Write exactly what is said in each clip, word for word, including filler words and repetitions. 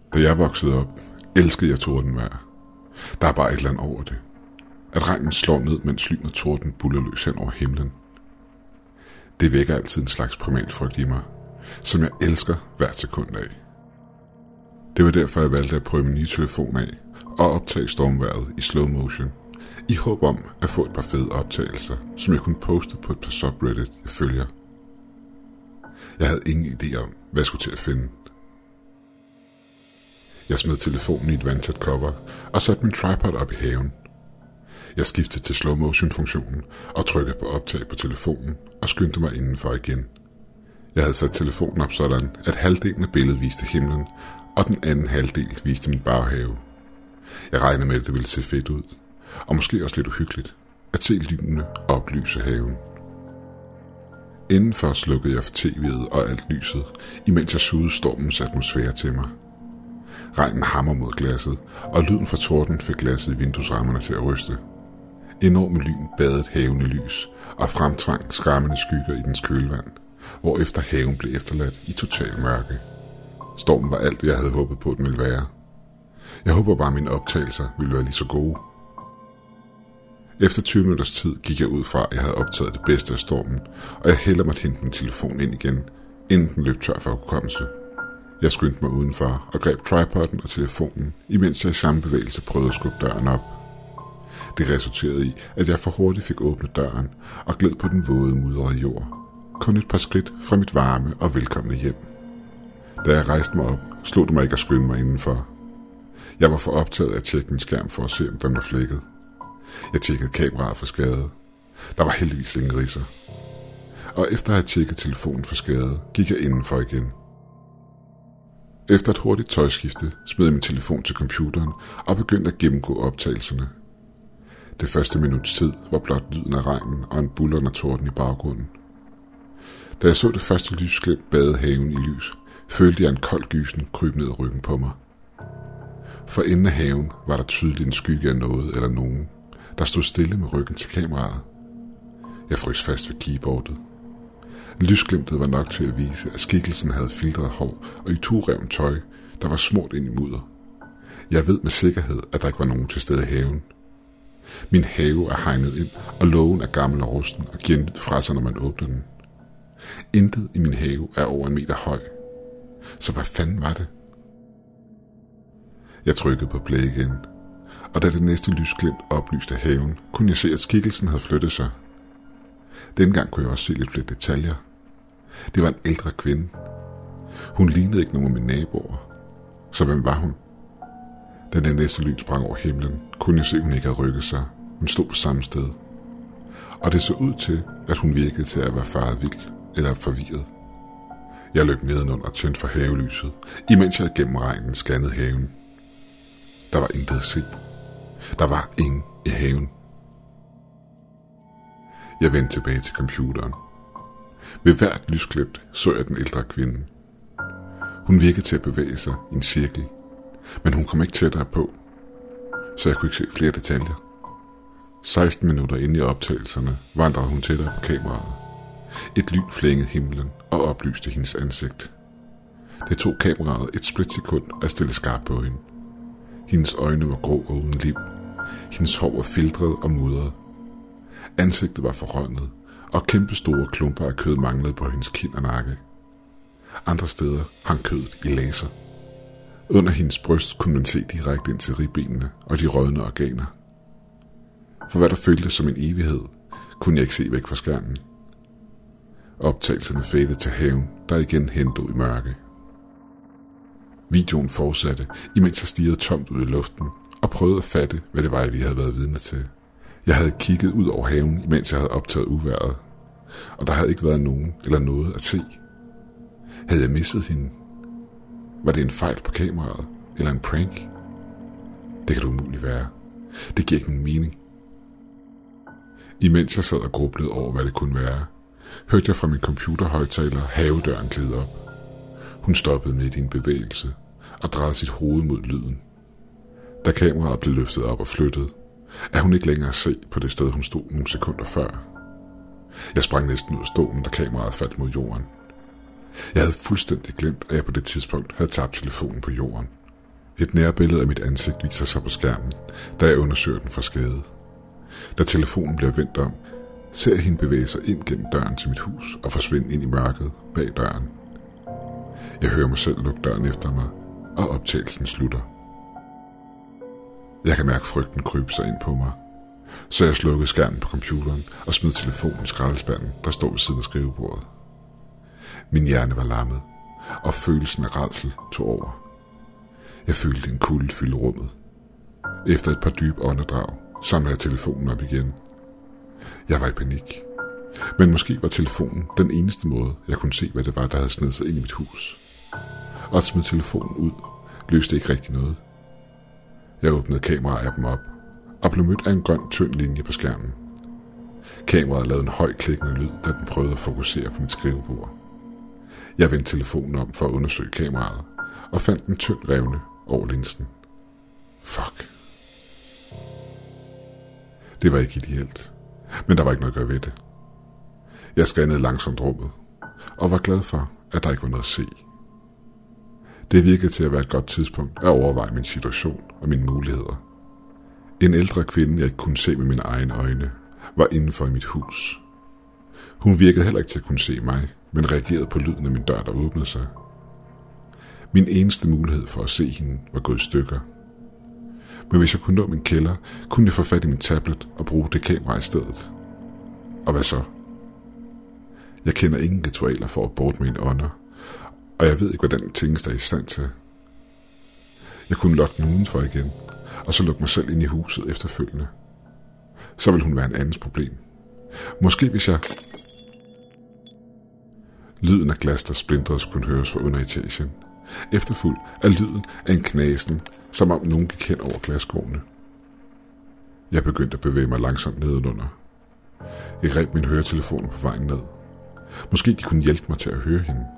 Da jeg voksede op, elskede jeg tordenvejr. Der er bare et eller andet over det. At regnen slår ned, mens lyn og torden buller løs hen over himlen. Det vækker altid en slags primalfrygt i mig, som jeg elsker hvert sekund af. Det var derfor, jeg valgte at prøve min nye telefon af og optage stormvejret i slow motion, i håb om at få et par fede optagelser, som jeg kunne poste på et par subreddit, jeg følger. Jeg havde ingen idé om, hvad jeg skulle til at finde. Jeg smed telefonen i et vandtæt cover og satte min tripod op i haven. Jeg skiftede til slow motion funktionen og trykkede på optag på telefonen og skyndte mig indenfor igen. Jeg havde sat telefonen op sådan, at halvdelen af billedet viste himlen, og den anden halvdel viste min baghave. Jeg regnede med, at det ville se fedt ud, og måske også lidt uhyggeligt, at se lynene oplyse haven. Indenfor slukkede jeg for tv'et og alt lyset, imens jeg sugede stormens atmosfære til mig. Regnen hammer mod glasset, og lyden fra torden fik glasset i vinduesrammerne til at ryste. Enorme lyn badede haven i lys, og fremtvang skræmmende skygger i dens kølvand, hvorefter haven blev efterladt i total mørke. Stormen var alt, jeg havde håbet på, den ville være. Jeg håber bare, at mine optagelser ville være lige så gode. Efter tyve minutters tid gik jeg ud fra, at jeg havde optaget det bedste af stormen, og jeg hellere måtte hente min telefon ind igen, inden den løb tør for hukommelse. Jeg skyndte mig udenfor og greb tripodden og telefonen, imens jeg i samme bevægelse prøvede at skubbe døren op. Det resulterede i, at jeg for hurtigt fik åbnet døren og gled på den våde, mudrede jord. Kun et par skridt fra mit varme og velkomne hjem. Da jeg rejste mig op, slog det mig ikke at skynde mig indenfor. Jeg var for optaget af at tjekke min skærm for at se, om den var flækket. Jeg tjekkede kameraet for skade. Der var heldigvis ingen ridser. Og efter at have tjekket telefonen for skade, gik jeg indenfor igen. Efter et hurtigt tøjskifte smed jeg min telefon til computeren og begyndte at gennemgå optagelserne. Det første minuts tid var blot lyden af regnen og en buldrende torden i baggrunden. Da jeg så det første lysglimt bade haven i lys, følte jeg en kold gysen krybe ned ad ryggen på mig. For enden af haven var der tydeligt en skygge af noget eller nogen, der stod stille med ryggen til kameraet. Jeg frøs fast ved keyboardet. Lysglimtet var nok til at vise, at skikkelsen havde filtret hår og iturevent tøj, der var smurt ind i mudder. Jeg ved med sikkerhed, at der ikke var nogen til stede i haven. Min have er hegnet ind, og lågen er gammel og rusten og giver en lyd fra sig, når man åbner den. Intet i min have er over en meter høj. Så hvad fanden var det? Jeg trykkede på play igen, og da det næste lysglimt oplyste haven, kunne jeg se, at skikkelsen havde flyttet sig. Dengang kunne jeg også se lidt flere detaljer. Det var en ældre kvinde. Hun lignede ikke nogen af mine naboer. Så hvem var hun? Da den næste lyn sprang over himlen, kunne jeg se, at hun ikke havde rykket sig. Hun stod på samme sted. Og det så ud til, at hun virkede til at være faret vild eller forvirret. Jeg løb nedenunder og tændte for havelyset, imens jeg gennem regnen scannede haven. Der var intet at se. Der var ingen i haven. Jeg vendte tilbage til computeren. Ved hvert lysglimt så jeg den ældre kvinde. Hun virkede til at bevæge sig i en cirkel, men hun kom ikke tættere på, så jeg kunne ikke se flere detaljer. seksten minutter inde i optagelserne vandrede hun tættere på kameraet. Et lyn flængede himlen og oplyste hendes ansigt. Det tog kameraet et splitsekund at stille skarpt på hende. Hendes øjne var grå og uden liv. Hendes hår var filtret og mudret. Ansigtet var forrødnet, og kæmpe store klumper af kød manglede på hendes kind og nakke. Andre steder hang kødet i laser. Under hendes bryst kunne man se direkte ind til ribbenene og de rådne organer. For hvad der føltes som en evighed, kunne jeg ikke se væk fra skærmen. Optagelserne fadede til haven, der igen hentede i mørke. Videoen fortsatte, imens jeg stirrede tomt ud i luften og prøvede at fatte, hvad det var, vi havde været vidne til. Jeg havde kigget ud over haven, imens jeg havde optaget uvejret, og der havde ikke været nogen eller noget at se. Havde jeg misset hende? Var det en fejl på kameraet, eller en prank? Det kan det umuligt være. Det giver ikke nogen mening. Imens jeg sad og grublede over, hvad det kunne være, hørte jeg fra min computerhøjttaler havedøren glide op. Hun stoppede midt i en bevægelse og drejede sit hoved mod lyden. Da kameraet blev løftet op og flyttet, er hun ikke længere at se på det sted, hun stod nogle sekunder før. Jeg sprang næsten ud af stolen, da kameraet faldt mod jorden. Jeg havde fuldstændig glemt, at jeg på det tidspunkt havde tabt telefonen på jorden. Et nærbillede af mit ansigt viser sig på skærmen, da jeg undersøger den fra skade. Da telefonen bliver vendt om, ser jeg hende bevæge sig ind gennem døren til mit hus og forsvinde ind i mørket bag døren. Jeg hører mig selv lukke døren efter mig, og optagelsen slutter. Jeg kan mærke frygten krybe sig ind på mig, så jeg slukkede skærmen på computeren og smed telefonen i skraldespanden, der stod ved siden af skrivebordet. Min hjerne var lammet, og følelsen af rædsel tog over. Jeg følte en kulde fylde rummet. Efter et par dybe åndedrag samlede jeg telefonen op igen. Jeg var i panik. Men måske var telefonen den eneste måde, jeg kunne se, hvad det var, der havde snedet sig ind i mit hus. Og at smide telefonen ud løste ikke rigtig noget. Jeg åbnede kamera-appen op og blev mødt af en grøn, tynd linje på skærmen. Kameraet lavede en høj klikkende lyd, da den prøvede at fokusere på mit skrivebord. Jeg vendte telefonen om for at undersøge kameraet og fandt en tynd revne over linsen. Fuck. Det var ikke ideelt, men der var ikke noget at gøre ved det. Jeg scannede langsomt rummet og var glad for, at der ikke var noget at se. Det virkede til at være et godt tidspunkt at overveje min situation og mine muligheder. En ældre kvinde, jeg ikke kunne se med mine egne øjne, var indenfor i mit hus. Hun virkede heller ikke til at kunne se mig, men reagerede på lyden af min dør, der åbnede sig. Min eneste mulighed for at se hende var gået i stykker. Men hvis jeg kunne nå min kælder, kunne jeg få fat i min tablet og bruge det kamera i stedet. Og hvad så? Jeg kender ingen ritualer for at borte med en ånder, og jeg ved ikke, hvad den tingeste er i stand til. Jeg kunne lokke den udenfor igen, og så lukke mig selv ind i huset efterfølgende. Så ville hun være en andens problem. Måske hvis jeg... Lyden af glas, der splintredes, kunne høres fra underetagen. Efterfulgt af lyden af en knasen, som om nogen gik hen over glasskårene. Jeg begyndte at bevæge mig langsomt nedenunder. Jeg greb min høretelefoner på vejen ned. Måske de kunne hjælpe mig til at høre hende.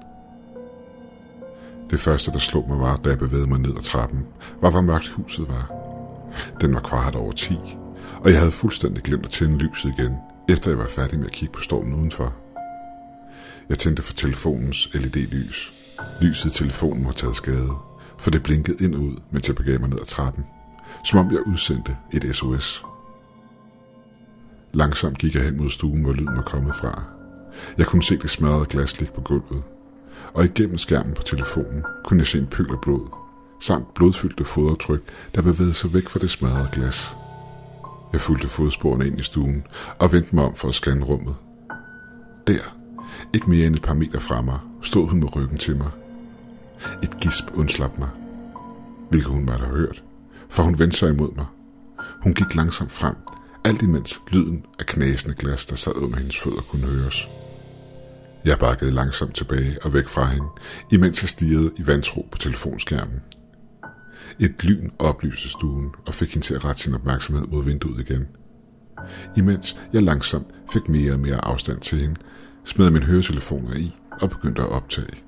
Det første, der slog mig, var, da jeg bevægede mig ned ad trappen, var, hvor mørkt huset var. Den var kvart over ti, og jeg havde fuldstændig glemt at tænde lyset igen, efter jeg var færdig med at kigge på stormen udenfor. Jeg tændte for telefonens L E D-lys. Lyset i telefonen var taget skade, for det blinkede ind og ud, mens jeg begav mig ned ad trappen, som om jeg udsendte et S O S. Langsomt gik jeg hen mod stuen, hvor lyden var kommet fra. Jeg kunne se det smadrede glas ligge på gulvet, og igennem skærmen på telefonen kunne jeg se en pyl af blod, samt blodfyldte fodaftryk, der bevægede sig væk fra det smadrede glas. Jeg fulgte fodsporene ind i stuen og vendte mig om for at scanne rummet. Der, ikke mere end et par meter fra mig, stod hun med ryggen til mig. Et gisp undslap mig, hvilket hun måtte have hørt, for hun vendte sig imod mig. Hun gik langsomt frem, alt imens lyden af knasende glas, der sad under hendes fødder, kunne høres. Jeg bakkede langsomt tilbage og væk fra hende, imens jeg stirrede i vantro på telefonskærmen. Et lyn oplyste stuen og fik hende til at rette sin opmærksomhed mod vinduet igen. Imens jeg langsomt fik mere og mere afstand til hende, smed jeg mine høretelefoner i og begyndte at optage.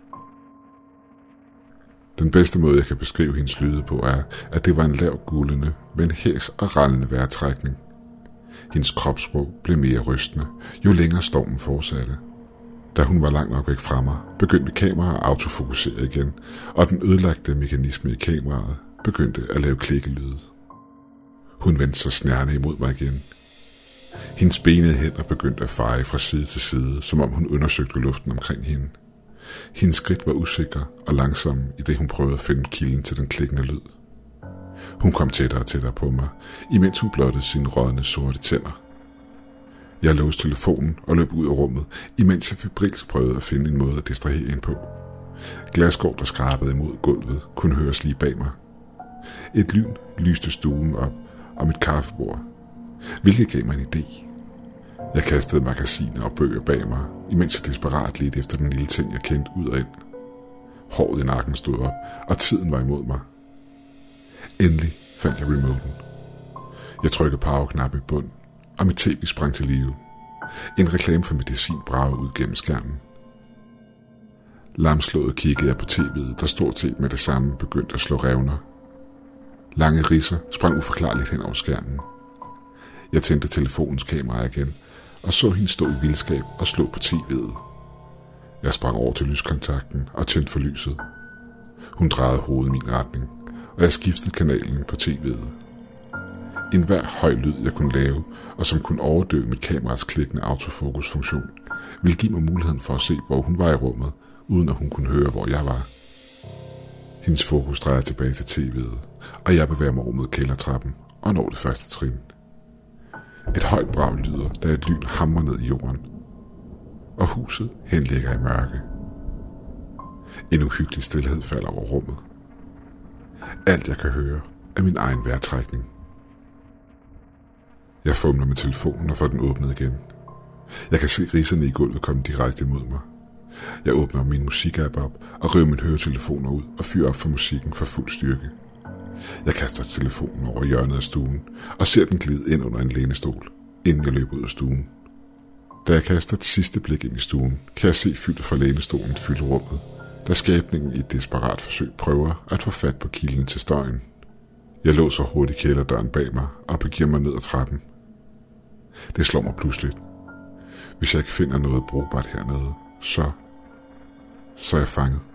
Den bedste måde, jeg kan beskrive hendes lyde på, er, at det var en lav guldende, men hæs og rallende vejrtrækning. Hendes kropssprog blev mere rystende, jo længere stormen fortsatte. Da hun var langt nok væk fra mig, begyndte kameraet at autofokusere igen, og den ødelagte mekanisme i kameraet begyndte at lave klikkelyde. Hun vendte sig snærende imod mig igen. Hendes benede hænder begyndte at feje fra side til side, som om hun undersøgte luften omkring hende. Hendes skridt var usikre og langsomme, i det hun prøvede at finde kilden til den klikkende lyd. Hun kom tættere og tættere på mig, imens hun blottede sine rådne sorte tænder. Jeg låste telefonen og løb ud af rummet, imens jeg febrilsk prøvede at finde en måde at distrahere hende på. Glasskår, der skrabede imod gulvet, kunne høres lige bag mig. Et lyn lyste stuen op og mit kaffebord, hvilket gav mig en idé. Jeg kastede magasiner og bøger bag mig, imens jeg desperat ledte efter den lille ting, jeg kendte ud og ind. Håret i nakken stod op, og tiden var imod mig. Endelig fandt jeg remoten. Jeg trykkede power-knappen i bund, og mit tv sprang til live. En reklame for medicin bragede ud gennem skærmen. Lamslået kiggede jeg på tv'et, der stort set med det samme begyndte at slå revner. Lange ridser sprang uforklarligt hen over skærmen. Jeg tændte telefonens kamera igen, og så hende stå i vildskab og slå på tv'et. Jeg sprang over til lyskontakten og tændte for lyset. Hun drejede hovedet i min retning, og jeg skiftede kanalen på tv'et. En hver høj lyd, jeg kunne lave, og som kunne overdøve mit kameras klikkende autofokusfunktion, ville give mig muligheden for at se, hvor hun var i rummet, uden at hun kunne høre, hvor jeg var. Hendes fokus drejer tilbage til tv'et, og jeg bevæger mig mod kældertrappen og når det første trin. Et højt brag lyder, da et lyn hamrer ned i jorden, og huset henligger i mørke. En uhyggelig stilhed falder over rummet. Alt jeg kan høre er min egen vejrtrækning. Jeg fumler med telefonen og får den åbnet igen. Jeg kan se riserne i gulvet komme direkte mod mig. Jeg åbner min musikapp op og river mine høretelefoner ud og fyrer op for musikken for fuld styrke. Jeg kaster telefonen over hjørnet af stuen og ser den glide ind under en lænestol, inden jeg løber ud af stuen. Da jeg kaster et sidste blik ind i stuen, kan jeg se fyldet fra lænestolen fylde rummet, da skabningen i et desperat forsøg prøver at få fat på kilden til støjen. Jeg låser hurtigt kælderdøren bag mig og begiver mig ned ad trappen. Det slår mig pludseligt. Hvis jeg ikke finder noget brugbart hernede, så, så er jeg fanget.